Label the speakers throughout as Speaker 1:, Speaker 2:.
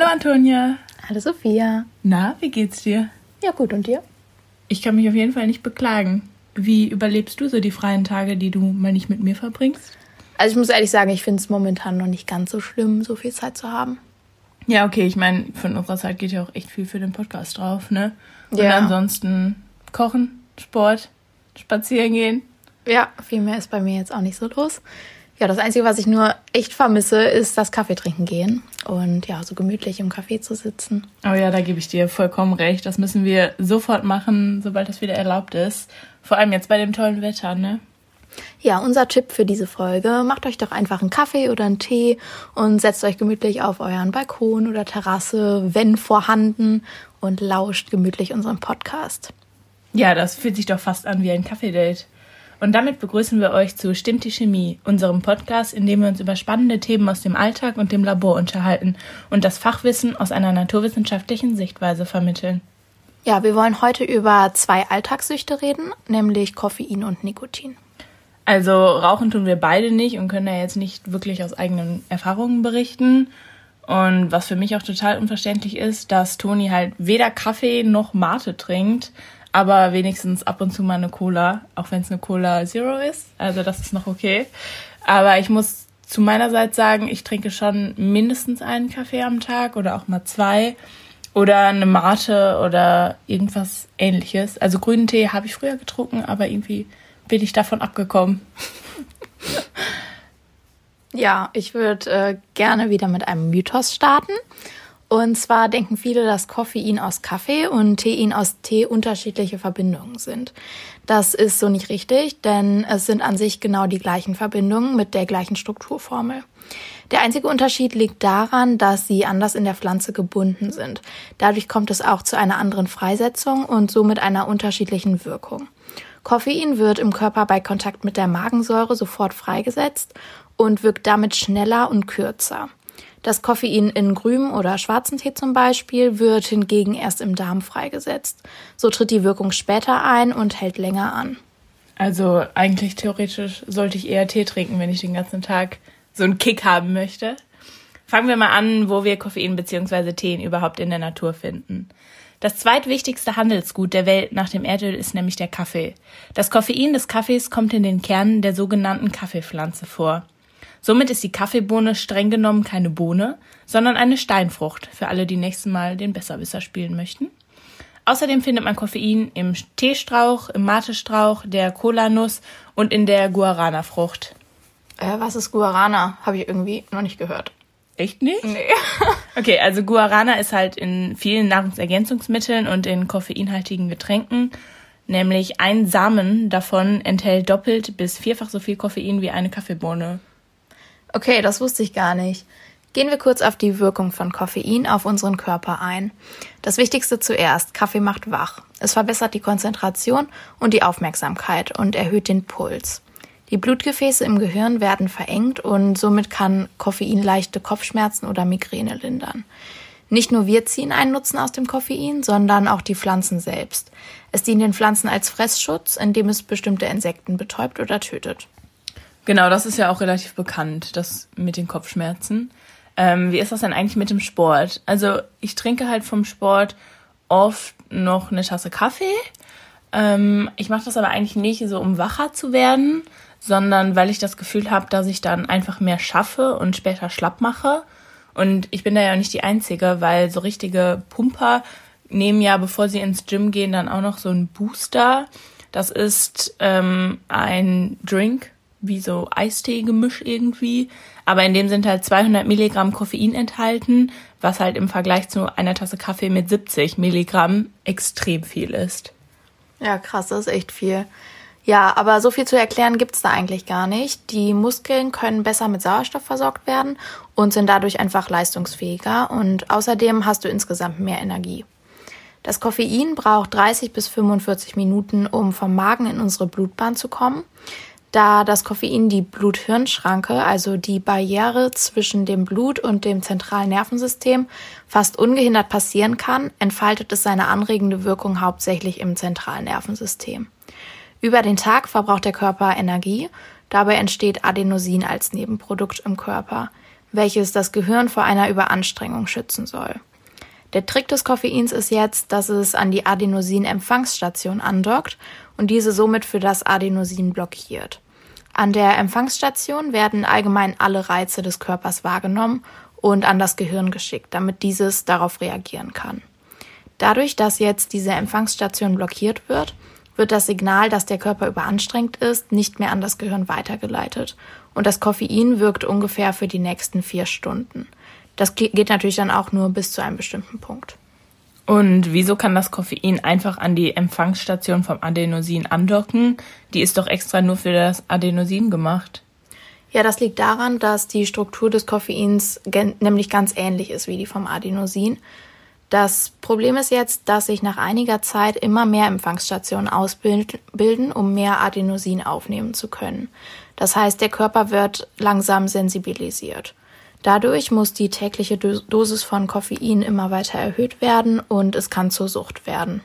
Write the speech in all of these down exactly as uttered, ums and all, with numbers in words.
Speaker 1: Antonia.
Speaker 2: Hallo Sophia.
Speaker 1: Na, wie geht's dir?
Speaker 2: Ja, gut, und dir?
Speaker 1: Ich kann mich auf jeden Fall nicht beklagen. Wie überlebst du so die freien Tage, die du mal nicht mit mir verbringst?
Speaker 2: Also ich muss ehrlich sagen, ich finde es momentan noch nicht ganz so schlimm, so viel Zeit zu haben.
Speaker 1: Ja, okay, ich meine, von unserer Zeit geht ja auch echt viel für den Podcast drauf, ne? Und
Speaker 2: Ja.
Speaker 1: ansonsten kochen, Sport, spazieren gehen.
Speaker 2: Ja, viel mehr ist bei mir jetzt auch nicht so los. Ja, das Einzige, was ich nur echt vermisse, ist das Kaffee trinken gehen. Und ja, so gemütlich im Café zu sitzen.
Speaker 1: Oh ja, da gebe ich dir vollkommen recht. Das müssen wir sofort machen, sobald das wieder erlaubt ist. Vor allem jetzt bei dem tollen Wetter, ne?
Speaker 2: Ja, unser Tipp für diese Folge: Macht euch doch einfach einen Kaffee oder einen Tee und setzt euch gemütlich auf euren Balkon oder Terrasse, wenn vorhanden, und lauscht gemütlich unserem Podcast.
Speaker 1: Ja, das fühlt sich doch fast an wie ein Kaffee-Date. Und damit begrüßen wir euch zu Stimmt die Chemie, unserem Podcast, in dem wir uns über spannende Themen aus dem Alltag und dem Labor unterhalten und das Fachwissen aus einer naturwissenschaftlichen Sichtweise vermitteln.
Speaker 2: Ja, wir wollen heute über zwei Alltagssüchte reden, nämlich Koffein und Nikotin.
Speaker 1: Also rauchen tun wir beide nicht und können ja jetzt nicht wirklich aus eigenen Erfahrungen berichten. Und was für mich auch total unverständlich ist, dass Toni halt weder Kaffee noch Mate trinkt, aber wenigstens ab und zu mal eine Cola, auch wenn es eine Cola Zero ist. Also das ist noch okay. Aber ich muss zu meiner Seite sagen, ich trinke schon mindestens einen Kaffee am Tag oder auch mal zwei. Oder eine Mate oder irgendwas Ähnliches. Also grünen Tee habe ich früher getrunken, aber irgendwie bin ich davon abgekommen.
Speaker 2: Ja, ich würde äh, gerne wieder mit einem Mythos starten. Und zwar denken viele, dass Koffein aus Kaffee und Tein aus Tee unterschiedliche Verbindungen sind. Das ist so nicht richtig, denn es sind an sich genau die gleichen Verbindungen mit der gleichen Strukturformel. Der einzige Unterschied liegt daran, dass sie anders in der Pflanze gebunden sind. Dadurch kommt es auch zu einer anderen Freisetzung und somit einer unterschiedlichen Wirkung. Koffein wird im Körper bei Kontakt mit der Magensäure sofort freigesetzt und wirkt damit schneller und kürzer. Das Koffein in grünem oder schwarzen Tee zum Beispiel wird hingegen erst im Darm freigesetzt. So tritt die Wirkung später ein und hält länger an.
Speaker 1: Also eigentlich theoretisch sollte ich eher Tee trinken, wenn ich den ganzen Tag so einen Kick haben möchte. Fangen wir mal an, wo wir Koffein bzw. Tein überhaupt in der Natur finden. Das zweitwichtigste Handelsgut der Welt nach dem Erdöl ist nämlich der Kaffee. Das Koffein des Kaffees kommt in den Kernen der sogenannten Kaffeepflanze vor. Somit ist die Kaffeebohne streng genommen keine Bohne, sondern eine Steinfrucht, für alle, die nächstes Mal den Besserwisser spielen möchten. Außerdem findet man Koffein im Teestrauch, im Matestrauch, der Kolanuss und in der Guarana-Frucht.
Speaker 2: Äh, was ist Guarana? Habe ich irgendwie noch nicht gehört.
Speaker 1: Echt nicht?
Speaker 2: Nee.
Speaker 1: Okay, also Guarana ist halt in vielen Nahrungsergänzungsmitteln und in koffeinhaltigen Getränken. Nämlich ein Samen davon enthält doppelt bis vierfach so viel Koffein wie eine Kaffeebohne.
Speaker 2: Okay, das wusste ich gar nicht. Gehen wir kurz auf die Wirkung von Koffein auf unseren Körper ein. Das Wichtigste zuerst: Kaffee macht wach. Es verbessert die Konzentration und die Aufmerksamkeit und erhöht den Puls. Die Blutgefäße im Gehirn werden verengt und somit kann Koffein leichte Kopfschmerzen oder Migräne lindern. Nicht nur wir ziehen einen Nutzen aus dem Koffein, sondern auch die Pflanzen selbst. Es dient den Pflanzen als Fressschutz, indem es bestimmte Insekten betäubt oder tötet.
Speaker 1: Genau, das ist ja auch relativ bekannt, das mit den Kopfschmerzen. Ähm, wie ist das denn eigentlich mit dem Sport? Also ich trinke halt vom Sport oft noch eine Tasse Kaffee. Ähm, ich mache das aber eigentlich nicht so, um wacher zu werden, sondern weil ich das Gefühl habe, dass ich dann einfach mehr schaffe und später schlapp mache. Und ich bin da ja nicht die Einzige, weil so richtige Pumper nehmen ja, bevor sie ins Gym gehen, dann auch noch so einen Booster. Das ist ähm, ein Drink, wie so Eistee-Gemisch irgendwie. Aber in dem sind halt zweihundert Milligramm Koffein enthalten, was halt im Vergleich zu einer Tasse Kaffee mit siebzig Milligramm extrem viel ist.
Speaker 2: Ja, krass, das ist echt viel. Ja, aber so viel zu erklären gibt's da eigentlich gar nicht. Die Muskeln können besser mit Sauerstoff versorgt werden und sind dadurch einfach leistungsfähiger. Und außerdem hast du insgesamt mehr Energie. Das Koffein braucht dreißig bis fünfundvierzig Minuten, um vom Magen in unsere Blutbahn zu kommen. Da das Koffein die Blut-Hirn-Schranke, also die Barriere zwischen dem Blut und dem zentralen Nervensystem, fast ungehindert passieren kann, entfaltet es seine anregende Wirkung hauptsächlich im zentralen Nervensystem. Über den Tag verbraucht der Körper Energie, dabei entsteht Adenosin als Nebenprodukt im Körper. welches das Gehirn vor einer Überanstrengung schützen soll. Der Trick des Koffeins ist jetzt, dass es an die Adenosin-Empfangsstation andockt und diese somit für das Adenosin blockiert. An der Empfangsstation werden allgemein alle Reize des Körpers wahrgenommen und an das Gehirn geschickt, damit dieses darauf reagieren kann. Dadurch, dass jetzt diese Empfangsstation blockiert wird, wird das Signal, dass der Körper überanstrengt ist, nicht mehr an das Gehirn weitergeleitet. Und das Koffein wirkt ungefähr für die nächsten vier Stunden. Das geht natürlich dann auch nur bis zu einem bestimmten Punkt.
Speaker 1: Und wieso kann das Koffein einfach an die Empfangsstation vom Adenosin andocken? Die ist doch extra nur für das Adenosin gemacht.
Speaker 2: Ja, das liegt daran, dass die Struktur des Koffeins gen- nämlich ganz ähnlich ist wie die vom Adenosin. Das Problem ist jetzt, dass sich nach einiger Zeit immer mehr Empfangsstationen ausbilden, um mehr Adenosin aufnehmen zu können. Das heißt, der Körper wird langsam sensibilisiert. Dadurch muss die tägliche Dosis von Koffein immer weiter erhöht werden und es kann zur Sucht werden.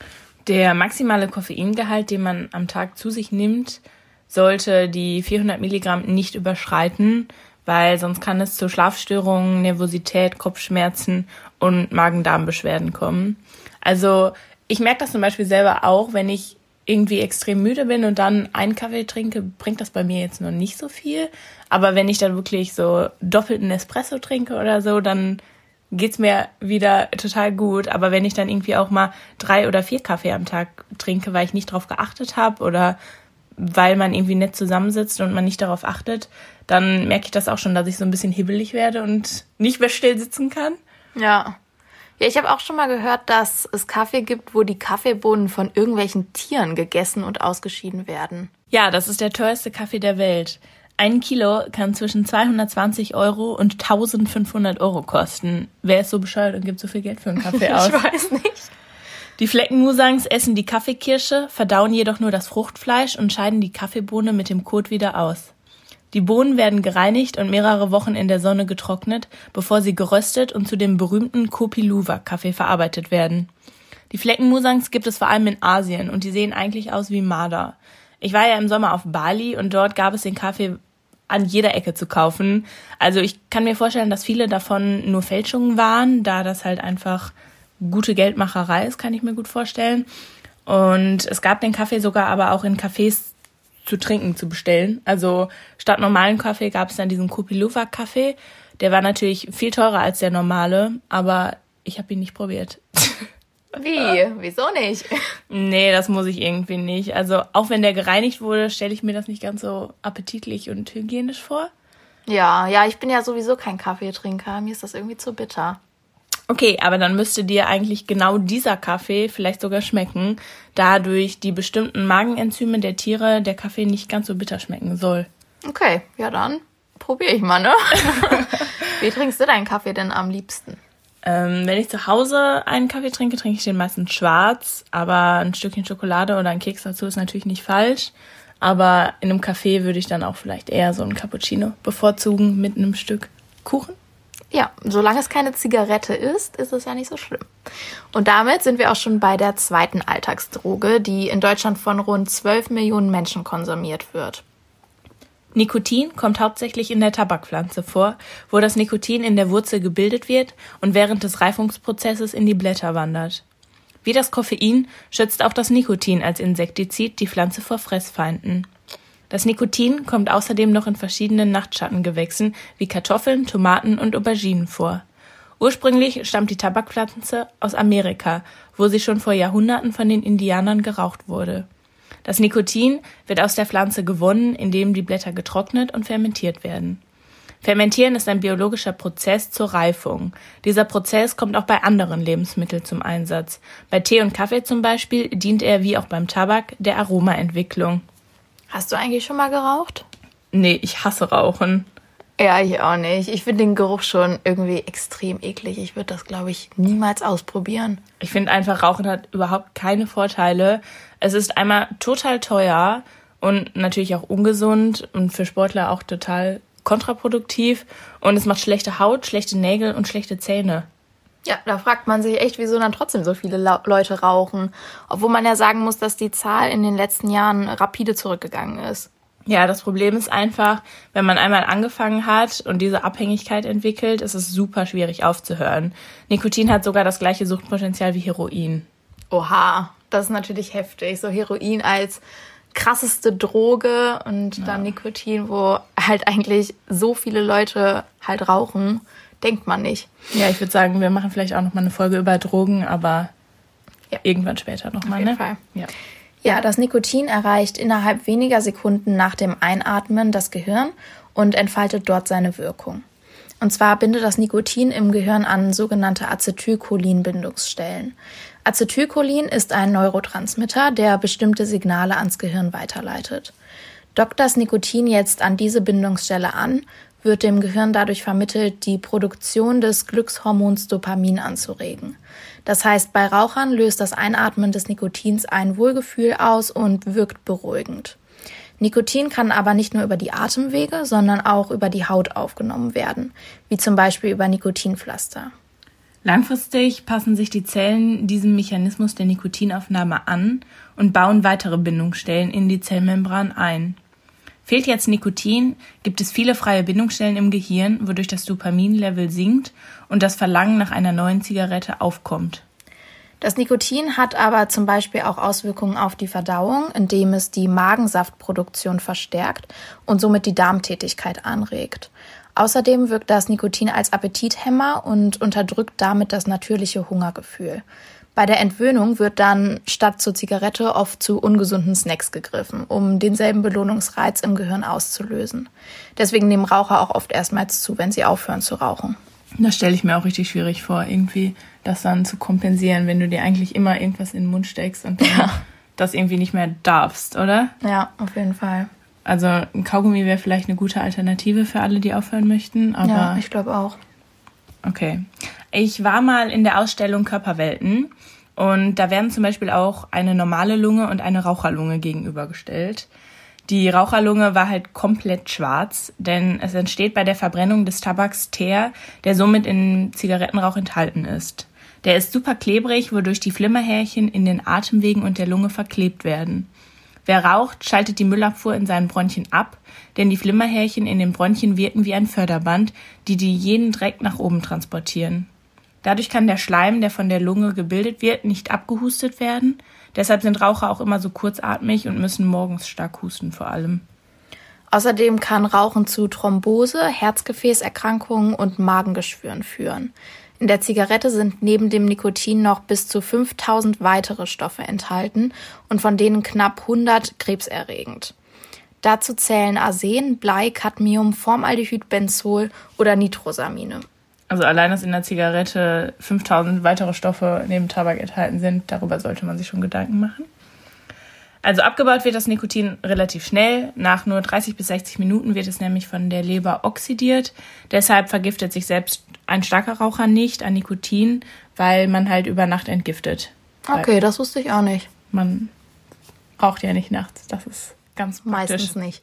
Speaker 1: Der maximale Koffeingehalt, den man am Tag zu sich nimmt, sollte die vierhundert Milligramm nicht überschreiten, weil sonst kann es zu Schlafstörungen, Nervosität, Kopfschmerzen und Magen-Darm-Beschwerden kommen. Also ich merke das zum Beispiel selber auch, wenn ich irgendwie extrem müde bin und dann einen Kaffee trinke, bringt das bei mir jetzt noch nicht so viel. Aber wenn ich dann wirklich so doppelten Espresso trinke oder so, dann geht's mir wieder total gut. Aber wenn ich dann irgendwie auch mal drei oder vier Kaffee am Tag trinke, weil ich nicht drauf geachtet habe oder weil man irgendwie nett zusammensitzt und man nicht darauf achtet, dann merke ich das auch schon, dass ich so ein bisschen hibbelig werde und nicht mehr still sitzen kann.
Speaker 2: Ja. Ja, ich habe auch schon mal gehört, dass es Kaffee gibt, wo die Kaffeebohnen von irgendwelchen Tieren gegessen und ausgeschieden werden.
Speaker 1: Ja, das ist der teuerste Kaffee der Welt. Ein Kilo kann zwischen zweihundertzwanzig Euro und eintausendfünfhundert Euro kosten. Wer ist so bescheuert und gibt so viel Geld für einen Kaffee aus?
Speaker 2: Ich weiß nicht.
Speaker 1: Die Fleckenmusangs essen die Kaffeekirsche, verdauen jedoch nur das Fruchtfleisch und scheiden die Kaffeebohne mit dem Kot wieder aus. Die Bohnen werden gereinigt und mehrere Wochen in der Sonne getrocknet, bevor sie geröstet und zu dem berühmten Kopi Luwak-Kaffee verarbeitet werden. Die Fleckenmusangs gibt es vor allem in Asien und die sehen eigentlich aus wie Marder. Ich war ja im Sommer auf Bali und dort gab es den Kaffee an jeder Ecke zu kaufen. Also ich kann mir vorstellen, dass viele davon nur Fälschungen waren, da das halt einfach gute Geldmacherei ist, kann ich mir gut vorstellen. Und es gab den Kaffee sogar aber auch in Cafés zu trinken, zu bestellen. Also statt normalen Kaffee gab es dann diesen Kopi Luwak-Kaffee. Der war natürlich viel teurer als der normale, aber ich habe ihn nicht probiert.
Speaker 2: Wie? Wieso nicht?
Speaker 1: Nee, das muss ich irgendwie nicht. Also auch wenn der gereinigt wurde, stelle ich mir das nicht ganz so appetitlich und hygienisch vor.
Speaker 2: Ja, ja, ich bin ja sowieso kein Kaffeetrinker. Mir ist das irgendwie zu bitter.
Speaker 1: Okay, aber dann müsste dir eigentlich genau dieser Kaffee vielleicht sogar schmecken, da durch die bestimmten Magenenzyme der Tiere der Kaffee nicht ganz so bitter schmecken soll.
Speaker 2: Okay, ja dann probiere ich mal, ne? Wie trinkst du deinen Kaffee denn am liebsten?
Speaker 1: Ähm, wenn ich zu Hause einen Kaffee trinke, trinke ich den meistens schwarz, aber ein Stückchen Schokolade oder ein Keks dazu ist natürlich nicht falsch. Aber in einem Café würde ich dann auch vielleicht eher so ein Cappuccino bevorzugen mit einem Stück Kuchen.
Speaker 2: Ja, solange es keine Zigarette ist, ist es ja nicht so schlimm. Und damit sind wir auch schon bei der zweiten Alltagsdroge, die in Deutschland von rund zwölf Millionen Menschen konsumiert wird.
Speaker 1: Nikotin kommt hauptsächlich in der Tabakpflanze vor, wo das Nikotin in der Wurzel gebildet wird und während des Reifungsprozesses in die Blätter wandert. Wie das Koffein schützt auch das Nikotin als Insektizid die Pflanze vor Fressfeinden. Das Nikotin kommt außerdem noch in verschiedenen Nachtschattengewächsen wie Kartoffeln, Tomaten und Auberginen vor. Ursprünglich stammt die Tabakpflanze aus Amerika, wo sie schon vor Jahrhunderten von den Indianern geraucht wurde. Das Nikotin wird aus der Pflanze gewonnen, indem die Blätter getrocknet und fermentiert werden. Fermentieren ist ein biologischer Prozess zur Reifung. Dieser Prozess kommt auch bei anderen Lebensmitteln zum Einsatz. Bei Tee und Kaffee zum Beispiel dient er wie auch beim Tabak der Aromaentwicklung.
Speaker 2: Hast du eigentlich schon mal geraucht?
Speaker 1: Nee, ich hasse Rauchen.
Speaker 2: Ja, ich auch nicht. Ich finde den Geruch schon irgendwie extrem eklig. Ich würde das, glaube ich, niemals ausprobieren.
Speaker 1: Ich finde einfach, Rauchen hat überhaupt keine Vorteile. Es ist einmal total teuer und natürlich auch ungesund und für Sportler auch total kontraproduktiv. Und es macht schlechte Haut, schlechte Nägel und schlechte Zähne.
Speaker 2: Ja, da fragt man sich echt, wieso dann trotzdem so viele La- Leute rauchen. Obwohl man ja sagen muss, dass die Zahl in den letzten Jahren rapide zurückgegangen ist.
Speaker 1: Ja, das Problem ist einfach, wenn man einmal angefangen hat und diese Abhängigkeit entwickelt, ist es super schwierig aufzuhören. Nikotin hat sogar das gleiche Suchtpotenzial wie Heroin.
Speaker 2: Oha, das ist natürlich heftig. So Heroin als krasseste Droge und ja. dann Nikotin, wo halt eigentlich so viele Leute halt rauchen, denkt man nicht.
Speaker 1: Ja, ich würde sagen, wir machen vielleicht auch nochmal eine Folge über Drogen, aber ja. irgendwann später nochmal, ne?
Speaker 2: Auf jeden Fall.
Speaker 1: Ja.
Speaker 2: Ja, das Nikotin erreicht innerhalb weniger Sekunden nach dem Einatmen das Gehirn und entfaltet dort seine Wirkung. Und zwar bindet das Nikotin im Gehirn an sogenannte Acetylcholin-Bindungsstellen. Acetylcholin ist ein Neurotransmitter, der bestimmte Signale ans Gehirn weiterleitet. Dockt das Nikotin jetzt an diese Bindungsstelle an, wird dem Gehirn dadurch vermittelt, die Produktion des Glückshormons Dopamin anzuregen. Das heißt, bei Rauchern löst das Einatmen des Nikotins ein Wohlgefühl aus und wirkt beruhigend. Nikotin kann aber nicht nur über die Atemwege, sondern auch über die Haut aufgenommen werden, wie zum Beispiel über Nikotinpflaster.
Speaker 1: Langfristig passen sich die Zellen diesem Mechanismus der Nikotinaufnahme an und bauen weitere Bindungsstellen in die Zellmembran ein. Fehlt jetzt Nikotin, gibt es viele freie Bindungsstellen im Gehirn, wodurch das Dopaminlevel sinkt und das Verlangen nach einer neuen Zigarette aufkommt.
Speaker 2: Das Nikotin hat aber zum Beispiel auch Auswirkungen auf die Verdauung, indem es die Magensaftproduktion verstärkt und somit die Darmtätigkeit anregt. Außerdem wirkt das Nikotin als Appetithemmer und unterdrückt damit das natürliche Hungergefühl. Bei der Entwöhnung wird dann statt zur Zigarette oft zu ungesunden Snacks gegriffen, um denselben Belohnungsreiz im Gehirn auszulösen. Deswegen nehmen Raucher auch oft erstmals zu, wenn sie aufhören zu rauchen.
Speaker 1: Das stelle ich mir auch richtig schwierig vor, irgendwie das dann zu kompensieren, wenn du dir eigentlich immer irgendwas in den Mund steckst und dann ja. das irgendwie nicht mehr darfst, oder?
Speaker 2: Ja, auf jeden Fall.
Speaker 1: Also ein Kaugummi wäre vielleicht eine gute Alternative für alle, die aufhören möchten, aber...
Speaker 2: Ja, ich glaube auch.
Speaker 1: Okay. Ich war mal in der Ausstellung Körperwelten und da werden zum Beispiel auch eine normale Lunge und eine Raucherlunge gegenübergestellt. Die Raucherlunge war halt komplett schwarz, denn es entsteht bei der Verbrennung des Tabaks Teer, der somit in Zigarettenrauch enthalten ist. Der ist super klebrig, wodurch die Flimmerhärchen in den Atemwegen und der Lunge verklebt werden. Wer raucht, schaltet die Müllabfuhr in seinen Bronchien ab, denn die Flimmerhärchen in den Bronchien wirken wie ein Förderband, die die jeden Dreck nach oben transportieren. Dadurch kann der Schleim, der von der Lunge gebildet wird, nicht abgehustet werden. Deshalb sind Raucher auch immer so kurzatmig und müssen morgens stark husten vor allem.
Speaker 2: Außerdem kann Rauchen zu Thrombose, Herzgefäßerkrankungen und Magengeschwüren führen. In der Zigarette sind neben dem Nikotin noch bis zu fünftausend weitere Stoffe enthalten und von denen knapp hundert krebserregend. Dazu zählen Arsen, Blei, Cadmium, Formaldehyd-Benzol oder Nitrosamine.
Speaker 1: Also allein, dass in der Zigarette fünftausend weitere Stoffe neben Tabak enthalten sind, darüber sollte man sich schon Gedanken machen. Also abgebaut wird das Nikotin relativ schnell. Nach nur dreißig bis sechzig Minuten wird es nämlich von der Leber oxidiert. Deshalb vergiftet sich selbst ein starker Raucher nicht an Nikotin, weil man halt über Nacht entgiftet.
Speaker 2: Okay, das wusste ich auch nicht.
Speaker 1: Man raucht ja nicht nachts, das ist ganz praktisch.
Speaker 2: Meistens nicht.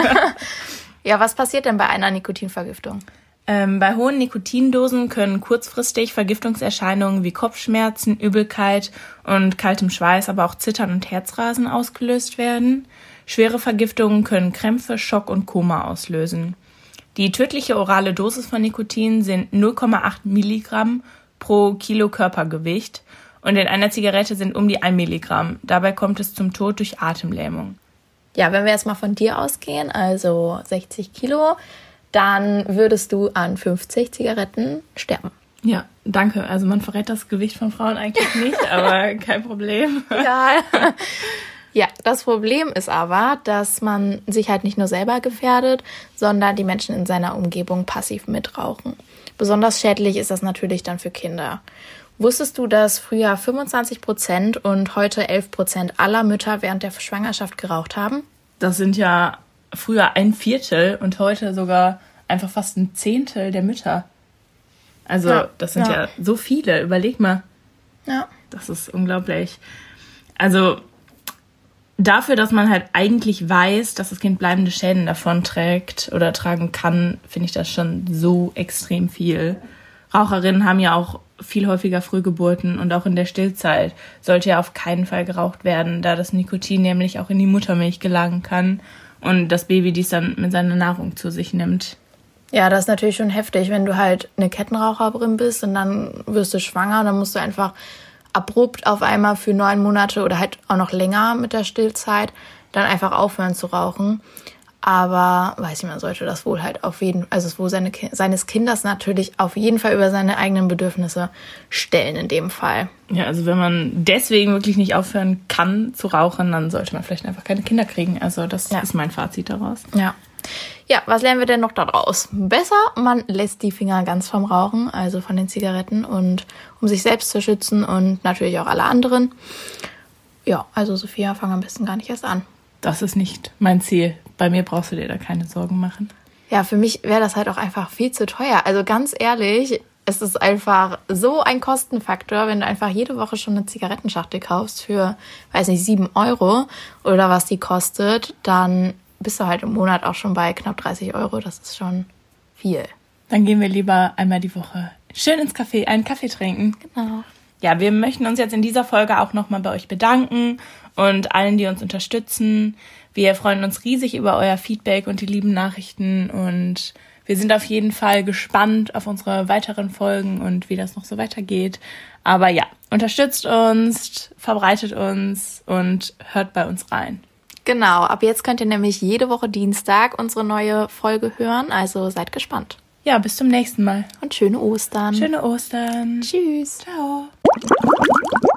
Speaker 2: Ja, was passiert denn bei einer Nikotinvergiftung?
Speaker 1: Ähm, bei hohen Nikotindosen können kurzfristig Vergiftungserscheinungen wie Kopfschmerzen, Übelkeit und kaltem Schweiß, aber auch Zittern und Herzrasen ausgelöst werden. Schwere Vergiftungen können Krämpfe, Schock und Koma auslösen. Die tödliche orale Dosis von Nikotin sind null Komma acht Milligramm pro Kilo Körpergewicht und in einer Zigarette sind um die ein Milligramm. Dabei kommt es zum Tod durch Atemlähmung.
Speaker 2: Ja, wenn wir jetzt mal von dir ausgehen, also sechzig Kilo, dann würdest du an fünfzig Zigaretten sterben.
Speaker 1: Ja, danke. Also man verrät das Gewicht von Frauen eigentlich nicht, aber kein Problem.
Speaker 2: Egal. Ja, das Problem ist aber, dass man sich halt nicht nur selber gefährdet, sondern die Menschen in seiner Umgebung passiv mitrauchen. Besonders schädlich ist das natürlich dann für Kinder. Wusstest du, dass früher fünfundzwanzig Prozent und heute elf Prozent aller Mütter während der Schwangerschaft geraucht haben?
Speaker 1: Das sind ja früher ein Viertel und heute sogar einfach fast ein Zehntel der Mütter. Also ja, das sind ja. ja so viele, überleg mal.
Speaker 2: Ja.
Speaker 1: Das ist unglaublich. Also dafür, dass man halt eigentlich weiß, dass das Kind bleibende Schäden davon trägt oder tragen kann, finde ich das schon so extrem viel. Raucherinnen haben ja auch viel häufiger Frühgeburten und auch in der Stillzeit sollte ja auf keinen Fall geraucht werden, da das Nikotin nämlich auch in die Muttermilch gelangen kann und das Baby dies dann mit seiner Nahrung zu sich nimmt.
Speaker 2: Ja, das ist natürlich schon heftig, wenn du halt eine Kettenraucherin bist und dann wirst du schwanger, dann musst du einfach abrupt auf einmal für neun Monate oder halt auch noch länger mit der Stillzeit dann einfach aufhören zu rauchen. Aber weiß ich, man sollte das wohl halt auf jeden, also das Wohl seine, seines Kindes natürlich auf jeden Fall über seine eigenen Bedürfnisse stellen in dem Fall.
Speaker 1: Ja, also wenn man deswegen wirklich nicht aufhören kann zu rauchen, dann sollte man vielleicht einfach keine Kinder kriegen. Also das ja. ist mein Fazit daraus.
Speaker 2: Ja. Ja, was lernen wir denn noch daraus? Besser, man lässt die Finger ganz vom Rauchen, also von den Zigaretten, und um sich selbst zu schützen und natürlich auch alle anderen. Ja, also Sophia, fang am besten gar nicht erst an.
Speaker 1: Das ist nicht mein Ziel. Bei mir brauchst du dir da keine Sorgen machen.
Speaker 2: Ja, für mich wäre das halt auch einfach viel zu teuer. Also ganz ehrlich, es ist einfach so ein Kostenfaktor, wenn du einfach jede Woche schon eine Zigarettenschachtel kaufst für, weiß nicht, sieben Euro oder was die kostet, dann bist du halt im Monat auch schon bei knapp dreißig Euro. Das ist schon viel.
Speaker 1: Dann gehen wir lieber einmal die Woche schön ins Café, einen Kaffee trinken.
Speaker 2: Genau.
Speaker 1: Ja, wir möchten uns jetzt in dieser Folge auch nochmal bei euch bedanken und allen, die uns unterstützen. Wir freuen uns riesig über euer Feedback und die lieben Nachrichten und wir sind auf jeden Fall gespannt auf unsere weiteren Folgen und wie das noch so weitergeht. Aber ja, unterstützt uns, verbreitet uns und hört bei uns rein.
Speaker 2: Genau, ab jetzt könnt ihr nämlich jede Woche Dienstag unsere neue Folge hören, also seid gespannt.
Speaker 1: Ja, bis zum nächsten Mal.
Speaker 2: Und schöne Ostern.
Speaker 1: Schöne Ostern.
Speaker 2: Tschüss.
Speaker 1: Ciao.